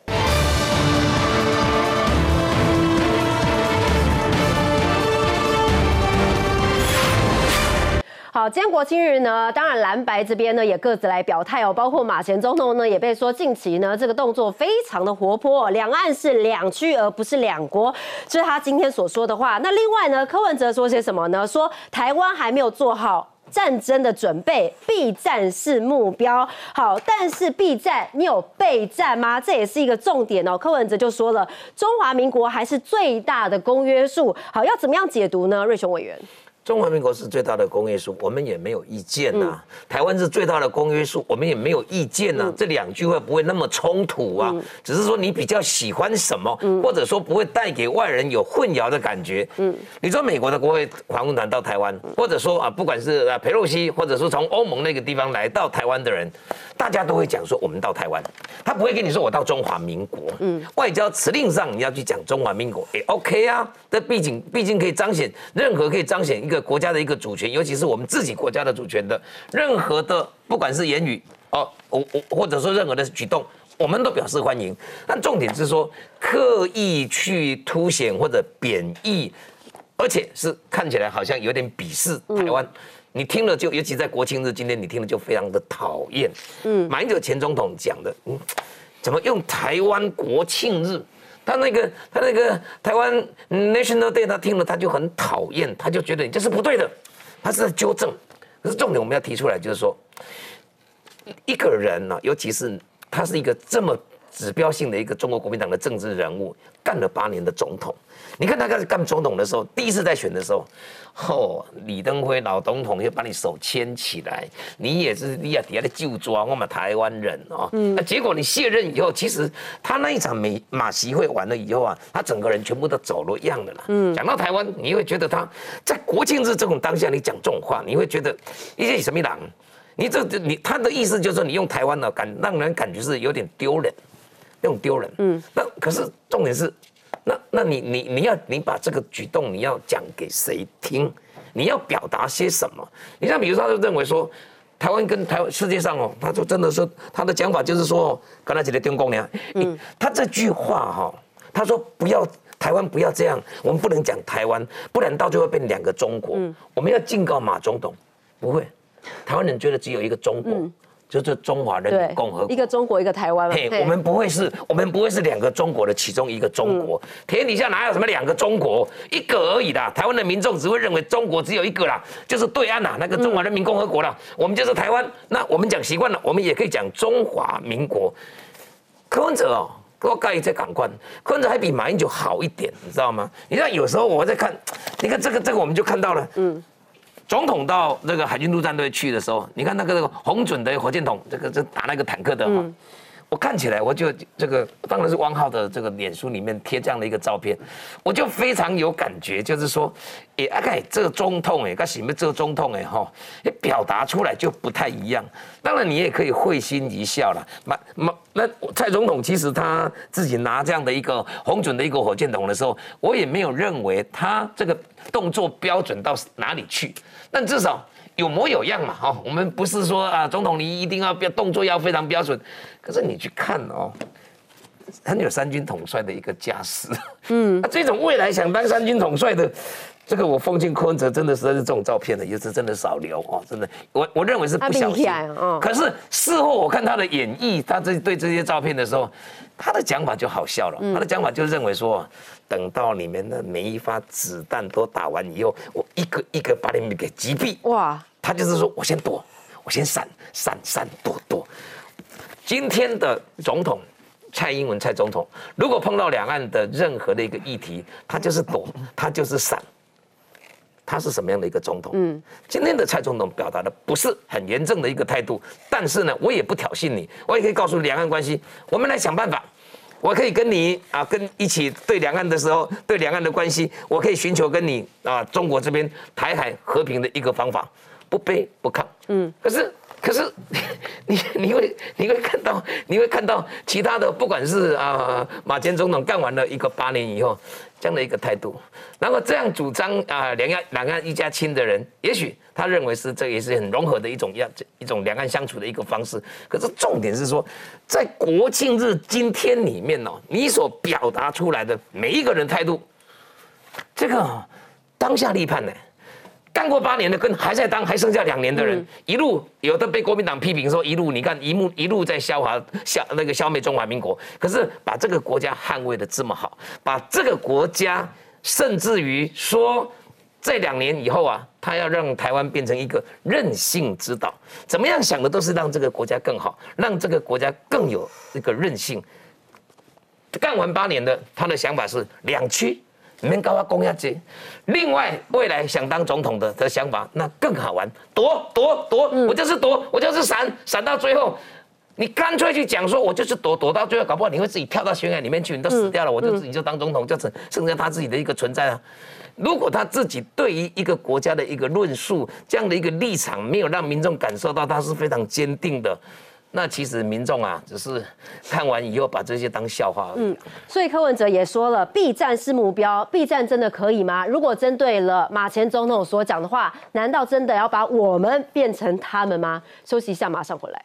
好，今天国庆日呢，当然蓝白这边呢也各自来表态哦，包括马前总统呢也被说近期呢这个动作非常的活泼，两岸是两区而不是两国，这是他今天所说的话。那另外呢，柯文哲说些什么呢？说台湾还没有做好战争的准备，避战是目标。好，但是避战你有备战吗？这也是一个重点哦。柯文哲就说了，中华民国还是最大的公约数。好，要怎么样解读呢？瑞雄委员。 中华民国是最大的公约数，我们也没有意见呐。台湾是最大的公约数，我们也没有意见呐。这两句话不会那么冲突啊，只是说你比较喜欢什么，或者说不会带给外人有混淆的感觉。你说美国的国会访问团到台湾，或者说不管是裴洛西，或者说从欧盟那个地方来到台湾的人，大家都会讲说我们到台湾，他不会跟你说我到中华民国。外交辞令上你要去讲中华民国，也 OK 啊。这毕竟可以彰显任何可以彰显一个国家的一个主权，尤其是我们自己国家的主权的任何的，不管是言语或者说任何的举动，我们都表示欢迎。但重点是说刻意去凸显或者贬义，而且是看起来好像有点鄙视台湾。你听了就，尤其在国庆日今天，你听了就非常的讨厌。马英九前总统讲的，怎么用台湾国庆日？他那个台湾 National Day， 他听了他就很讨厌，他就觉得你这是不对的，他是在纠正。可是重点我们要提出来，就是说，一个人呢，尤其是他是一个这么指标性的一个中国国民党的政治人物，干了8年的总统。你看他开始干总统的时候，第一次在选的时候，李登辉老总统就把你手牵起来，你也底下的就抓我们台湾人哦。那结果你卸任以后，其实他那一场马习会完了以后啊，他整个人全部都走了样的了。讲到台湾，你会觉得他在国庆日这种当下，你讲这种话，你会觉得你这什么人？他的意思就是说，你用台湾呢，让人感觉是有点丢人，那种丢人。那可是重点是。那你把这个举动你要讲给谁听？你要表达些什么？你像比如说，他就认为说，台湾跟世界上他说真的是他的讲法就是说，刚才几个中共呢，他这句话他说不要台湾不要这样，我们不能讲台湾，不然到最后变2个中国。我们要警告马总统，不会，台湾人觉得只有一个中国。就是中华人民共和国， 一个中国，一个台湾嘛。 我们不会是2个中国的其中一个中国。天底下哪有什么2个中国，一个而已啦。台湾的民众只会认为中国只有一个啦，就是对岸啦，那个中华人民共和国啦。我们就是台湾，那我们讲习惯了，我们也可以讲中华民国。柯文哲我盖在港官，柯文哲还比马英九好一点，你知道吗？你看有时候我在看，你看这个我们就看到了，总统到这个海军陆战队去的时候，你看那个红准的火箭筒，这打那个坦克的我看起来我就这个当然是汪浩的这个脸书里面贴这样的一个照片，我就非常有感觉，就是说，这个总统跟什么这个总统表达出来就不太一样。当然你也可以会心一笑啦。那蔡总统其实他自己拿这样的一个红准的一个火箭筒的时候，我也没有认为他这个动作标准到哪里去，但至少有模有样嘛，我们不是说总统你一定要动作要非常标准，可是你去看很有3军统帅的一个架势，这种未来想当3军统帅的，这个我奉劝柯文哲真的实在是这种照片的，也是真的少留真的，我认为是不小心。可是事后我看他的演绎，他对这些照片的时候，他的讲法就好笑了，他的讲法就认为说，等到你们的每一发子弹都打完以后，我一个一个把你们给击毙。哇！他就是说我先躲，我先闪，躲。今天的总统蔡英文蔡总统，如果碰到两岸的任何的一个议题，他就是躲，他就是闪。他是什么样的一个总统？今天的蔡总统表达的不是很严正的一个态度，但是呢，我也不挑衅你，我也可以告诉两岸关系，我们来想办法。我可以跟你跟一起对两岸的时候，对两岸的关系，我可以寻求跟你中国这边台海和平的一个方法，不卑不亢。可是可是你会看到其他的，不管是马前总统干完了一个8年以后这样的一个态度，然后这样主张两岸一家亲的人，也许他认为是这也是很融合的一种两岸相处的一个方式。可是重点是说，在国庆日今天里面你所表达出来的每一个人态度，这个当下立判呢。干过8年的跟还在当还剩下2年的人，一路有的被国民党批评说一路你看一路在消灭中华民国，可是把这个国家捍卫的这么好，把这个国家甚至于说在2年以后他要让台湾变成一个韧性之岛，怎么样想的都是让这个国家更好，让这个国家更有一个韧性。干完8年的他的想法是2区。免跟我讲遐济。另外，未来想当总统的想法，那更好玩，躲，我就是躲，我就是闪到最后，你干脆去讲说，我就是躲到最后，搞不好你会自己跳到悬崖里面去，你都死掉了，我就自己就当总统，就剩下他自己的一个存在啊。如果他自己对于一个国家的一个论述，这样的一个立场，没有让民众感受到他是非常坚定的。那其实民众只是看完以后把这些当笑话而已。 所以柯文哲也说了，避战是目标，避战真的可以吗？如果针对了马前总统所讲的话，难道真的要把我们变成他们吗？休息一下，马上回来。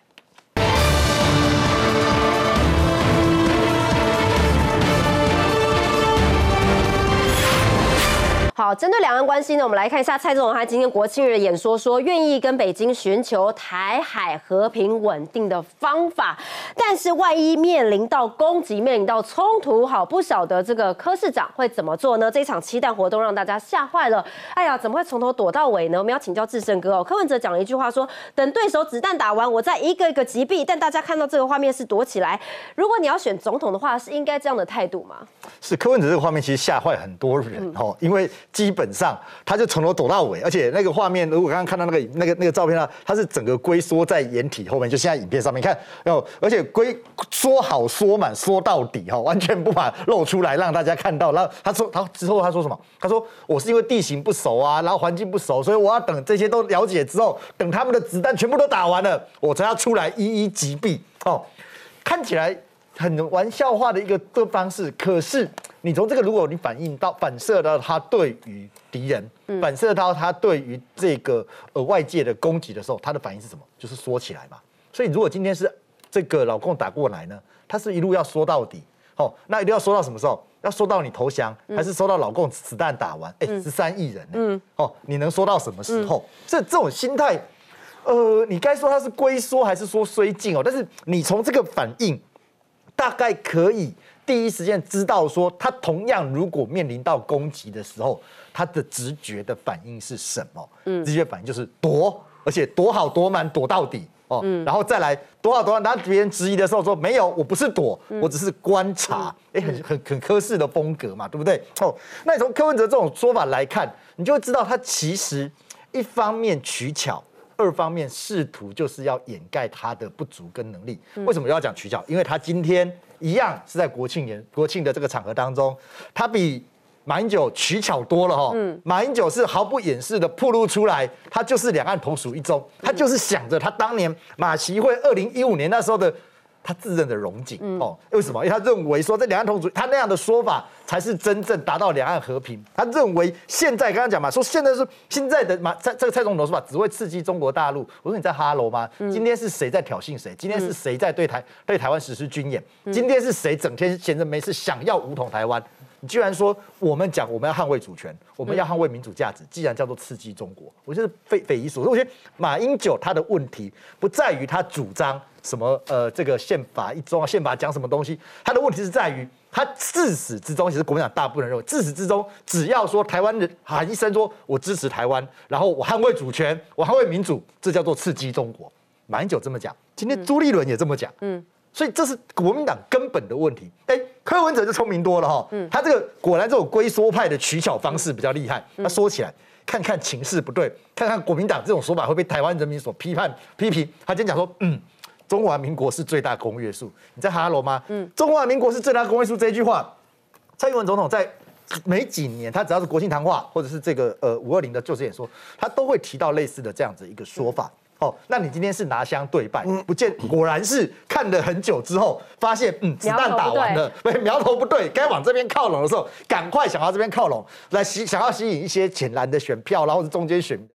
好，针对两岸关系呢，我们来看一下蔡总统他今天国庆日的演说，说愿意跟北京寻求台海和平稳定的方法，但是万一面临到攻击、面临到冲突，好，不晓得这个柯市长会怎么做呢？这场期待活动让大家吓坏了，哎呀，怎么会从头躲到尾呢？我们要请教智胜哥哦。柯文哲讲了一句话说，等对手子弹打完，我再一个一个击毙。但大家看到这个画面是躲起来。如果你要选总统的话，是应该这样的态度吗？ 是柯文哲这个画面其实吓坏很多人因为基本上他就从头躲到尾，而且那个画面，如果刚刚看到那个照片啊，他是整个龟缩在掩体后面，就现在影片上面看，而且龟缩好缩满缩到底完全不把露出来让大家看到。然后他之后他说什么？他说我是因为地形不熟然后环境不熟，所以我要等这些都了解之后，等他们的子弹全部都打完了，我才要出来一一击毙。看起来很玩笑化的一个方式，可是你从这个，如果你反射到他对于敌人，反射到他对于这个外界的攻击的时候，他的反应是什么？就是缩起来嘛。所以如果今天是这个老共打过来呢，他是一路要缩到底，那一定要缩到什么时候？要缩到你投降，还是缩到老共子弹打完？13亿人你能缩到什么时候？这种心态，你该说他是龟缩还是说绥靖但是你从这个反应，大概可以第一时间知道说，他同样如果面临到攻击的时候，他的直觉的反应是什么？直觉反应就是躲，而且躲好躲满躲到底然后再来躲好躲满，当别人质疑的时候说没有，我不是躲，我只是观察，很柯式的风格嘛，对不对？那你从柯文哲这种说法来看，你就会知道他其实一方面取巧。二方面试图就是要掩盖他的不足跟能力。为什么要讲取巧？因为他今天一样是在国庆的这个场合当中，他比马英九取巧多了马英九是毫不掩饰的暴露出来，他就是两岸同属一中，他就是想着他当年马习会2015年那时候的。他自认的荣景为什么？因为他认为说，在两岸同属，他那样的说法才是真正达到两岸和平。他认为现在刚刚讲嘛，说现在是现在的这个蔡总统说法只会刺激中国大陆。我说你在哈喽吗？今天是谁在挑衅谁？今天是谁在对台湾实施军演？今天是谁整天闲着没事想要武统台湾？你居然说我们讲我们要捍卫主权，我们要捍卫民主价值，既然叫做刺激中国，我觉得匪夷所思。我觉得马英九他的问题不在于他主张什么这个宪法一中宪法讲什么东西，他的问题是在于他自始至终，其实国民党大部分人认为，自始至终只要说台湾人喊一声说我支持台湾，然后我捍卫主权，我捍卫民主，这叫做刺激中国。马英九这么讲，今天朱立伦也这么讲，所以这是国民党根本的问题。柯文哲就聪明多了他这个果然这种龟缩派的取巧方式比较厉害。他说起来，看看情势不对，看看国民党这种说法会被台湾人民所批评。他今天讲说，中华民国是最大公约数，你在哈喽吗？中华民国是最大公约数这一句话，蔡英文总统在每几年，他只要是国庆谈话或者是这个520的就职演说，他都会提到类似的这样子一个说法。 哦，那你今天是拿香对拜，不见果然是看了很久之后，发现子弹打完了，苗头不对，该往这边靠拢的时候，赶快想要这边靠拢，来想要吸引一些浅蓝的选票，然后是中间选。